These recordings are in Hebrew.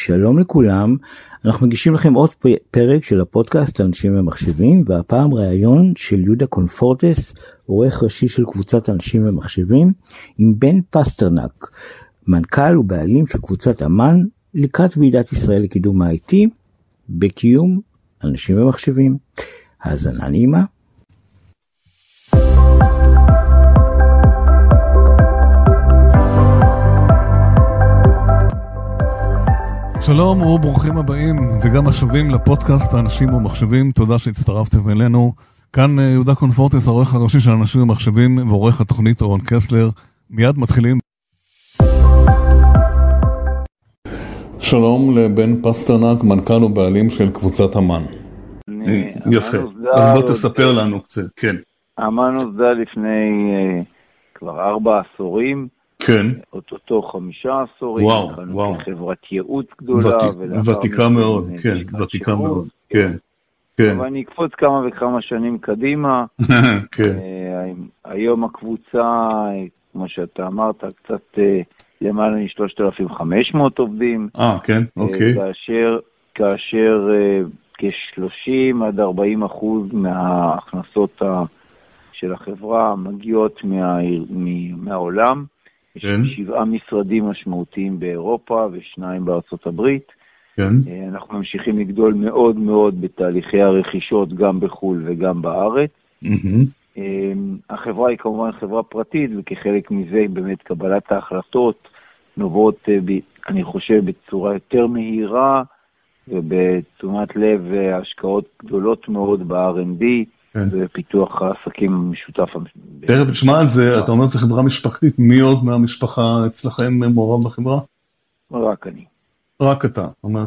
שלום לכולם, אנחנו מגישים לכם עוד פרק של הפודקאסט אנשים ומחשבים, והפעם ראיון של יהודה קונפורטס, עורך ראשי של קבוצת אנשים ומחשבים, עם בן פסטרנק, מנכ"ל ובעלים של קבוצת אמן, לקראת ועידת ישראל לקידום ה-IT, בקיום אנשים ומחשבים. האזנה נעימה. שלום וברוכים הבאים וגם השבים לפודקאסט האנשים ומחשבים. תודה שהצטרפתם אלינו. כאן יהודה קונפורטס, העורך הראשי של אנשים ומחשבים, ועורך התוכנית אורן קסלר. מיד מתחילים. שלום לבן פסטרנק, מנכ"ל ובעלים של קבוצת אמן. יפה, אז בוא תספר לנו קצת. כן. אמן נוסדה לפני כבר 4 עשורים. כן. אותו 5 עשורים. וואו. חברת ייעוץ גדולה. ותיקה מאוד, כן, ותיקה מאוד, כן. אבל אני אקפוץ כמה וכמה שנים קדימה. כן. היום הקבוצה, כמו שאתה אמרת, קצת למעלה מ-3,500 עובדים. כן, אוקיי. כאשר כ-30-40% מההכנסות של החברה מגיעות מהעולם. יש 7 משרדים משמעותיים באירופה ו2 בארצות הברית. אנחנו ממשיכים לגדול מאוד מאוד בתהליכי הרכישות גם בחול וגם בארץ. החברה היא כמובן חברה פרטית, וכחלק מזה באמת קבלת ההחלטות נובעות, אני חושב, בצורה יותר מהירה ובתשומת לב השקעות גדולות מאוד ב-R&D ופיתוח העסקים המשותף. תכף תשמע על זה, אתה אומר שזו חברה משפחתית, מי עוד מהמשפחה אצלכם מעורב בחברה? רק אני. רק אתה.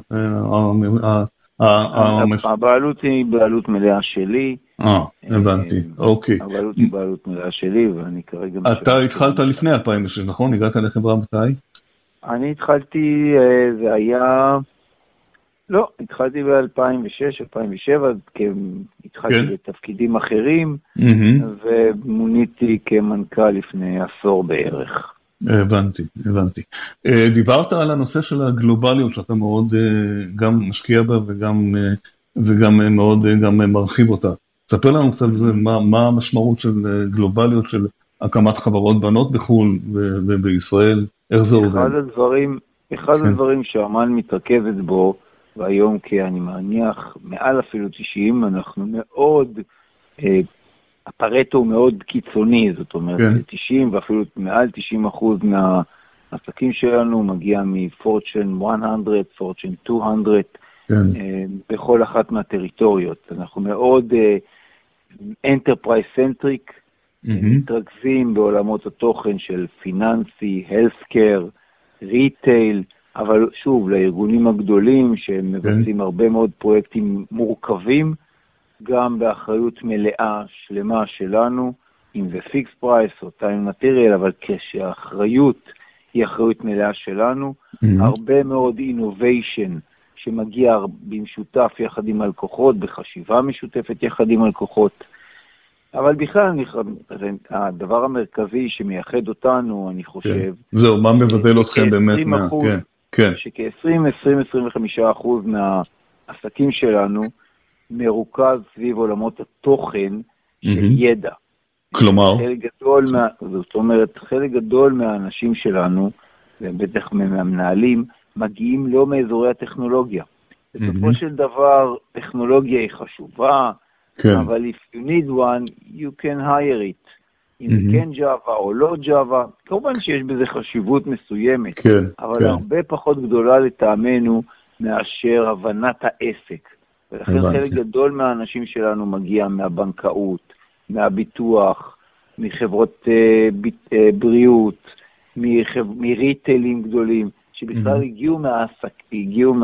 הבעלות היא בעלות מלאה שלי. הבנתי, אוקיי. הבעלות היא בעלות מלאה שלי, ואני כרגע... אתה התחלת לפני 2006, נכון? הגעת לחברה מתי? אני התחלתי, זה היה... לא, התחלתי ב-2006, 2007, התחלתי בתפקידים אחרים, ומוניתי כמנכ"ל לפני עשור בערך. הבנתי. דיברת על הנושא של הגלובליות, שאתה מאוד גם משקיע בה וגם מאוד גם מרחיב אותה. תספר לנו קצת מה המשמעות של גלובליות, של הקמת חברות בנות בחו"ל ובישראל, איך זה עובד? אחד הדברים שאמן מתרכזת בו, והיום כי אני מניח מעל אפילו 90, אנחנו מאוד, הפרטו הוא מאוד קיצוני, זאת אומרת 90 ואפילו מעל 90% מהעסקים שלנו מגיע מפורצ'ן 100, פורצ'ן 200, בכל אחת מהטריטוריות. אנחנו מאוד enterprise centric, מתרכזים בעולמות התוכן של פיננסי, healthcare, retail, אבל שוב, לארגונים הגדולים שמבצעים הרבה מאוד פרויקטים מורכבים, גם באחריות מלאה שלמה שלנו, אם זה fixed price או time material, אבל כשהאחריות היא אחריות מלאה שלנו, הרבה מאוד innovation שמגיע במשותף יחד עם הלקוחות, בחשיבה משותפת יחד עם הלקוחות. אבל בכלל, הדבר המרכזי שמייחד אותנו, אני חושב... זהו, מה מבדל אתכם באמת? שכ-20-25% מהעסקים שלנו מרוכז סביב עולמות התוכן של ידע. כלומר? זאת אומרת, חלק גדול מהאנשים שלנו, ובטח מהמנהלים, מגיעים לא מאזורי הטכנולוגיה. בסופו של דבר, טכנולוגיה היא חשובה, אבל if you need one, you can hire it. אם זה כן ג'אווה או לא ג'אווה, כמובן שיש בזה חשיבות מסוימת, אבל הרבה פחות גדולה לטעמנו מאשר הבנת העסק. ולכן חלק גדול מהאנשים שלנו מגיע מהבנקאות, מהביטוח, מחברות בריאות, מריטיילים גדולים, שבכלל הגיעו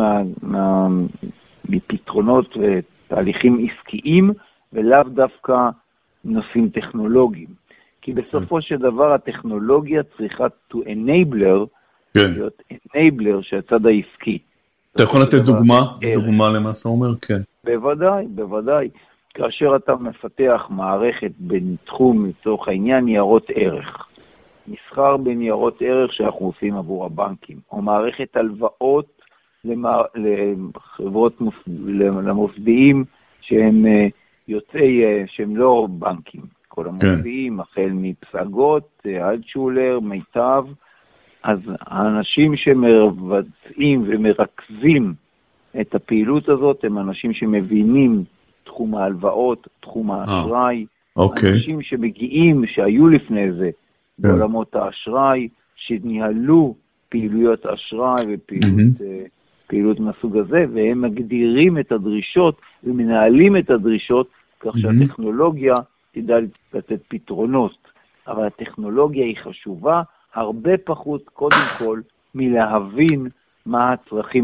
מפתרונות ותהליכים עסקיים, ולאו דווקא נושאים טכנולוגיים. כי בסופו של דבר הטכנולוגיה צריכה to enabler, להיות enabler שהצד העסקי. אתה יכול לתת דוגמה למה שאתה אומר? כן. בוודאי. כאשר אתה מפתח מערכת בתחום, לצורך העניין, ניירות ערך. מסחר בניירות ערך שאנחנו עושים עבור הבנקים, או מערכת הלוואות לחברות, למוסדיים שהם יוצאי, שהם לא בנקים, כל המוסדיים, החל מפסגות, אלטשולר, מיטב, אז האנשים שמבצעים ומרכזים את הפעילות הזאת, הם אנשים שמבינים תחום ההלוואות, תחום האשראי, אנשים שמגיעים, שהיו לפני זה, בעולמות האשראי, שניהלו פעילויות אשראי ופעילות מהסוג הזה, והם מגדירים את הדרישות ומנהלים את הדרישות, כך שהטכנולוגיה תדע לתת פתרונות. אבל הטכנולוגיה היא חשובה, הרבה פחות קודם כל מלהבין מה הצרכים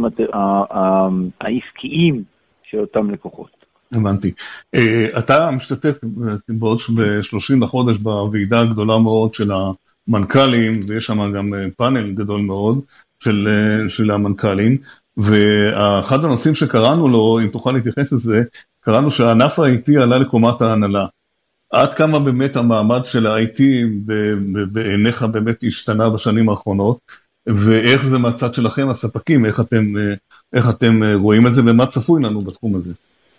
העסקיים של אותם לקוחות. הבנתי. אתה משתתף בעוד ב-30 לחודש בוועידה הגדולה מאוד של המנכ"לים, ויש שם גם פאנל גדול מאוד של המנכ"לים, ואחד הנושאים שקראנו לו, אם תוכל להתייחס לזה, קראנו שהענף ה-IT עלה לקומת ההנהלה. עד כמה באמת המעמד של ה-IT בעיניך באמת השתנה בשנים האחרונות, ואיך זה מהצד שלכם, הספקים, איך אתם רואים את זה, ומה צפוי לנו בתחום הזה?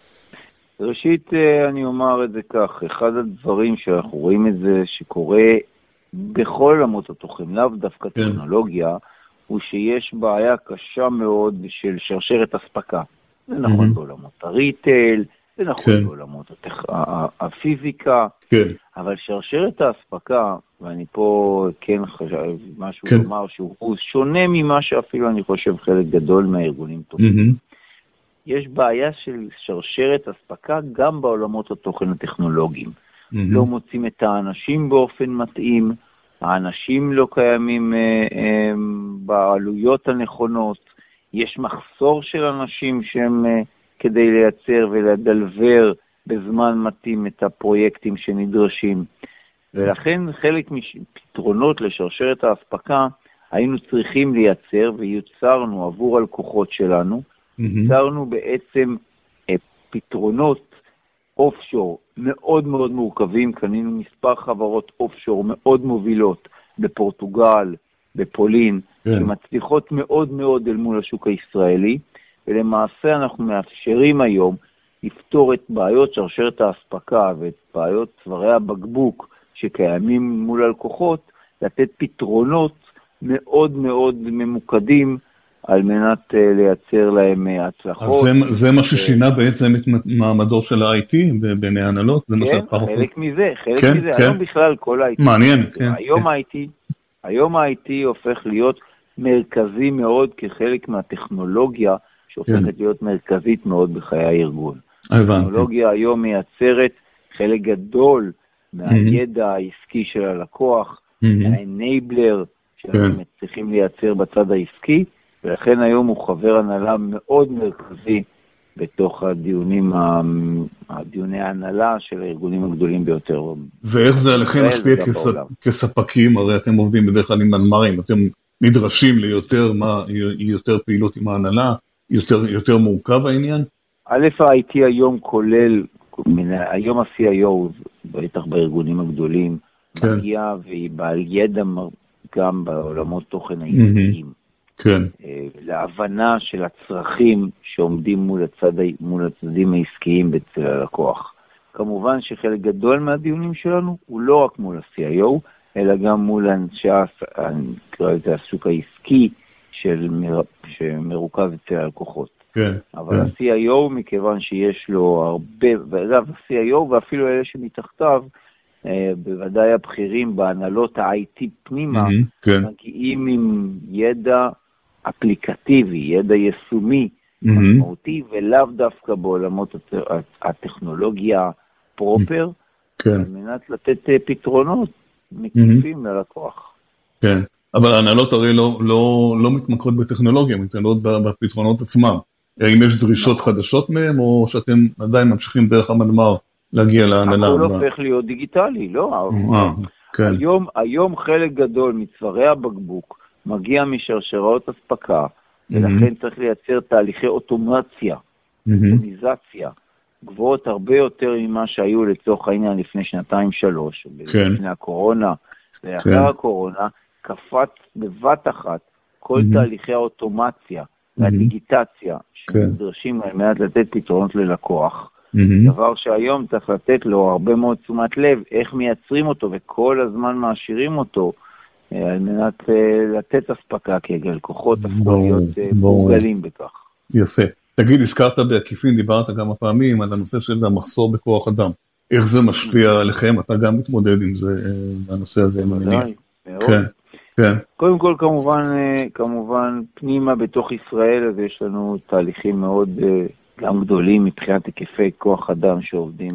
ראשית, אני אומר את זה כך, אחד הדברים שאנחנו רואים את זה שקורה בכל עולמות התוכן, לאו דווקא טכנולוגיה, הוא שיש בעיה קשה מאוד של שרשרת אספקה. זה נכון בעולמות הריטייל, זה נכון בעולמות הפיזיקה, אבל שרשרת האספקה, ואני פה כן חושב משהו לומר שהוא שונה ממה שאפילו אני חושב חלק גדול מהארגונים טובים. יש בעיה של שרשרת אספקה גם בעולמות התוכן הטכנולוגיים. לא מוצאים את האנשים באופן מתאים, האנשים לא קיימים בעלויות הנכונות, יש מחסור של אנשים שהם כדי לייצר ולדלבר בזמן מתאים את הפרויקטים שנדרשים. ולכן חלק מפתרונות לשרשרת האספקה היינו צריכים לייצר ויוצרנו עבור הלקוחות שלנו, יצרנו בעצם פתרונות אופשור מאוד מאוד מורכבים, קנינו מספר חברות אופשור מאוד מובילות בפורטוגל, בפולין, שמצליחות מאוד מאוד אל מול השוק הישראלי, ולמעשה אנחנו מאפשרים היום לפתור את בעיות שרשרת האספקה ואת בעיות צווארי הבקבוק שקיימים מול הלקוחות, לתת פתרונות מאוד מאוד ממוקדים על מנת לייצר להם הצלחות. אז זה מה ששינה בעצם את מעמדו של ה-IT בעיני ההנהלות? כן, חלק מזה. היום בכלל כל ה-IT. מעניין, כן. היום ה-IT הופך להיות מרכזי מאוד כחלק מהטכנולוגיה שהופכת להיות מרכזית מאוד בחיי הארגון. הטכנולוגיה היום מייצרת חלק גדול מהידע העסקי של הלקוח, מהאנבלר שאנחנו צריכים לייצר בצד העסקי, ולכן היום הוא חבר הנהלה מאוד מרכזי בתוך דיוני ההנהלה של הארגונים הגדולים ביותר. ואיך זה עליכם משפיע כספקים? הרי אתם עובדים בדרך כלל עם מנמ"רים, אתם נדרשים ליותר פעילות עם ההנהלה, יותר מורכב העניין? א', ה-IT היום כולל, היום ה-CIO, בטח בארגונים הגדולים, מגיע והיא בעל ידע גם בעולמות תוכן העסקיים. כן. להבנה של הצרכים שעומדים מול הצדדים העסקיים אצל הלקוח. כמובן שחלק גדול מהדיונים שלנו הוא לא רק מול ה-CIO, אלא גם מול אנשי השוק העסקי שמרוכז אצל הלקוחות. כן. אבל ה-CIO, מכיוון שיש לו הרבה, ואגב, ה-CIO ואפילו אלה שמתחתיו, בוודאי הבכירים בהנהלות ה-IT פנימה, מגיעים עם ידע אפליקטיבי, ידע יישומי, משמעותי, ולאו דווקא בעולמות הטכנולוגיה פרופר, על מנת לתת פתרונות מקיפים ללקוח. כן, אבל ההנהלות הרי לא מתמקרות בטכנולוגיה, מתמקרות בפתרונות עצמם. האם יש דרישות חדשות מהם, או שאתם עדיין ממשיכים דרך המנמ"ר להגיע להנהלה? הכל הופך להיות דיגיטלי, לא? היום חלק גדול מצווארי הבקבוק מגיע משרשרות אספקה, ולכן צריך לייצר תהליכי אוטומציה, אוטומיזציה, גבוהות הרבה יותר ממה שהיו לצורך העניין לפני 2-3, לפני הקורונה, ואחר הקורונה, קפץ בבת אחת כל תהליכי האוטומציה והדיגיטציה שנדרשים על מנת לתת פתרונות ללקוח, דבר שהיום צריך לתת לו הרבה מאוד תשומת לב, איך מייצרים אותו וכל הזמן מעשירים אותו, על מנת לתת הספקה, כי הלקוחות הפכו להיות מורגלים בכך. יפה. תגיד, הזכרת בעקיפין, דיברת כמה פעמים על הנושא של המחסור בכוח אדם. איך זה משפיע עליכם? אתה גם מתמודד עם זה, בנושא הזה, אני מניח. כן, כן. קודם כל, כמובן, פנימה בתוך ישראל, אז יש לנו תהליכים מאוד גם גדולים מבחינת היקפי כוח אדם שעובדים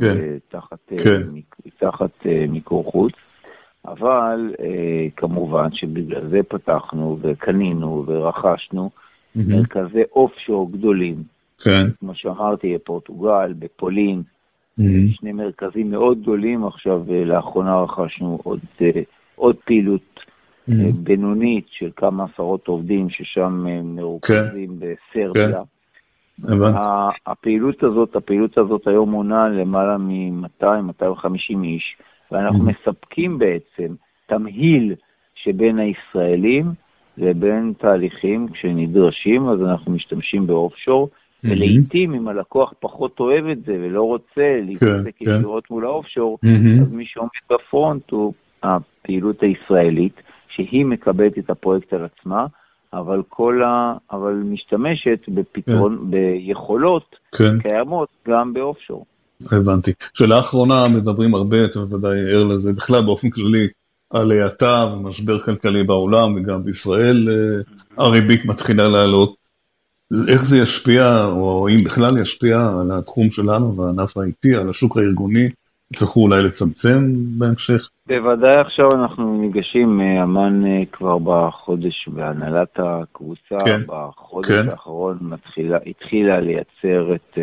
תחת מיקור חוץ. אבל כמובן שבגלל זה פתחנו וקנינו ורכשנו מרכזי אופשור גדולים. כן. כמו שאמרתי, בפורטוגל, בפולין, שני מרכזים מאוד גדולים. עכשיו לאחרונה רכשנו עוד פעילות בינונית של כמה עשרות עובדים ששם מרוכזים בסרביה. הפעילות הזאת היום מונה למעלה מ-200-250 איש, ואנחנו מספקים בעצם תמהיל שבין הישראלים לבין תהליכים שנדרשים, אז אנחנו משתמשים באופשור, ולעיתים אם הלקוח פחות אוהב את זה ולא רוצה להתעסק ישירות מול האופשור, אז מי שעומד בפרונט הוא הפעילות הישראלית, שהיא מקבלת את הפרויקט על עצמה, אבל משתמשת ביכולות קיימות גם באופשור. הבנתי. שלאחרונה מדברים הרבה, אתה בוודאי ער לזה, בכלל באופן כללי, על האטה ומשבר כלכלי בעולם, וגם בישראל הריבית מתחילה לעלות. איך זה ישפיע, או אם בכלל ישפיע על התחום שלנו והענף האיטי, על השוק הארגוני, צריכו אולי לצמצם בהמשך? בוודאי עכשיו אנחנו ניגשים, אמן כבר בחודש בהנהלת הקבוצה, בחודש האחרון התחילה לייצר את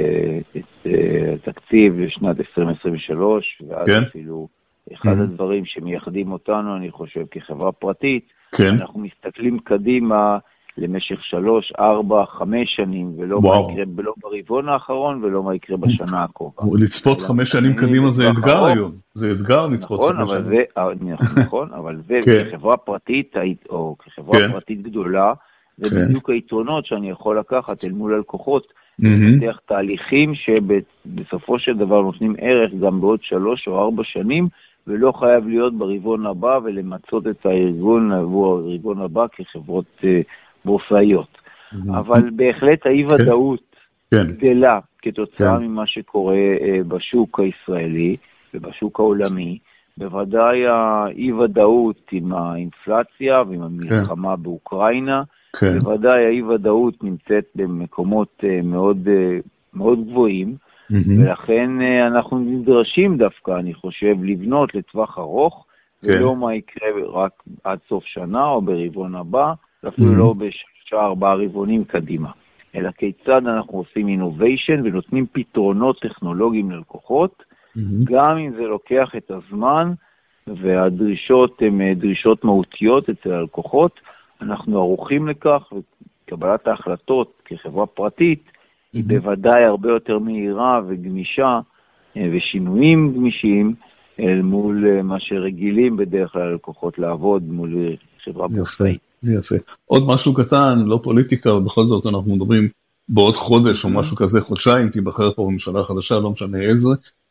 התקציב לשנת 2023, ואז אפילו אחד הדברים שמייחדים אותנו, אני חושב, כחברה פרטית, אנחנו מסתכלים קדימה למשך 3, 4, 5 שנים, ולא מה יקרה לא ברבעון האחרון, ולא מה יקרה בשנה הקרובה. לצפות 5 שנים קדימה זה אתגר היום. זה אתגר לצפות 5 שנים. נכון, אבל זה כחברה פרטית, או כחברה פרטית גדולה, זה בדיוק היתרונות שאני יכול לקחת אל מול הלקוחות, לפתח תהליכים שבסופו של דבר נותנים ערך גם בעוד 3 או 4 שנים, ולא חייב להיות ברבעון הבא, ולמצות את הארגון עבור הרבעון הבא כחברות בורסאיות. אבל בהחלט האי-ודאות גדלה כתוצאה ממה שקורה בשוק הישראלי ובשוק העולמי. בוודאי האי-ודאות עם האינפלציה ועם המלחמה באוקראינה, בוודאי האי-ודאות נמצאת במקומות מאוד, מאוד גבוהים, ולכן אנחנו נדרשים דווקא, אני חושב, לבנות לטווח ארוך, ולא מה יקרה רק עד סוף שנה או ברבעון הבא, אפילו לא ב3-4 רבעונים קדימה, אלא כיצד אנחנו עושים אינוביישן ונותנים פתרונות טכנולוגיים ללקוחות, גם אם זה לוקח את הזמן והדרישות הן דרישות מהותיות אצל הלקוחות, אנחנו ערוכים לכך, וקבלת ההחלטות כחברה פרטית היא בוודאי הרבה יותר מהירה וגמישה ושינויים גמישים אל מול מה שרגילים בדרך כלל לקוחות לעבוד מול חברה בורסאית. יפה. עוד משהו קטן, לא פוליטיקה, ובכל זאת אנחנו מדברים בעוד חודש או משהו כזה, חודשיים, תיבחר פה בממשלה חדשה, לא משנה איזה.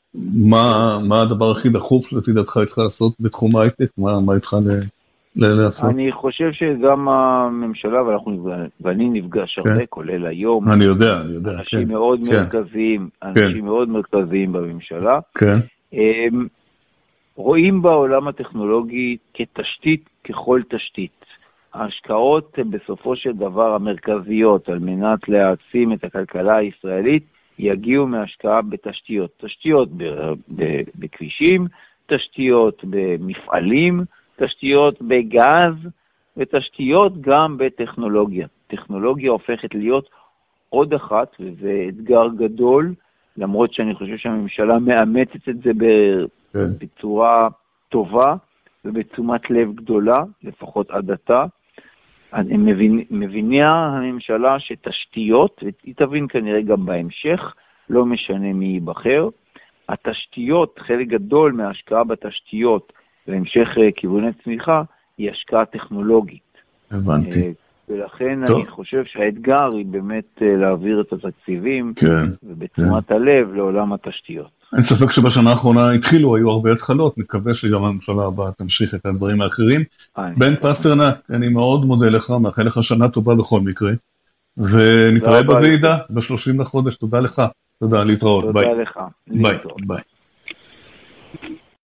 מה הדבר הכי דחוף לפי דעתך צריכה לעשות בתחום ההייטק? מה צריכה לעשות? אני חושב שגם הממשלה, ואני נפגש הרבה, כולל היום. אני יודע. אנשים מאוד מרכזיים, אנשים מאוד מרכזיים בממשלה. רואים בעולם הטכנולוגי כתשתית, ככל תשתית. ההשקעות בסופו של דבר המרכזיות על מנת להעצים את הכלכלה הישראלית יגיעו מהשקעה בתשתיות. תשתיות בכבישים, תשתיות במפעלים, תשתיות בגז ותשתיות גם בטכנולוגיה. טכנולוגיה הופכת להיות עוד אחת, וזה אתגר גדול, למרות שאני חושב שהממשלה מאמצת את זה בצורה טובה ובתשומת לב גדולה, לפחות עד עתה. מבינה הממשלה שתשתיות, והיא תבין כנראה גם בהמשך, לא משנה מי ייבחר, התשתיות, חלק גדול מההשקעה בתשתיות, והמשך כיווני צמיחה, היא השקעה טכנולוגית. הבנתי. ולכן אני חושב שהאתגר היא באמת להעביר את התקציבים, ובתשומת הלב לעולם התשתיות. אין ספק שבשנה האחרונה התחילו, היו הרבה התחלות, מקווה שגם הממשלה הבאה תמשיך את הדברים האחרים. בן פסטרנק, אני מאוד מודה לך, מאחל לך שנה טובה בכל מקרה, ונתראה בוועידה ב-30 לחודש, תודה לך, תודה, להתראות, ביי. תודה לך, ביי, ביי.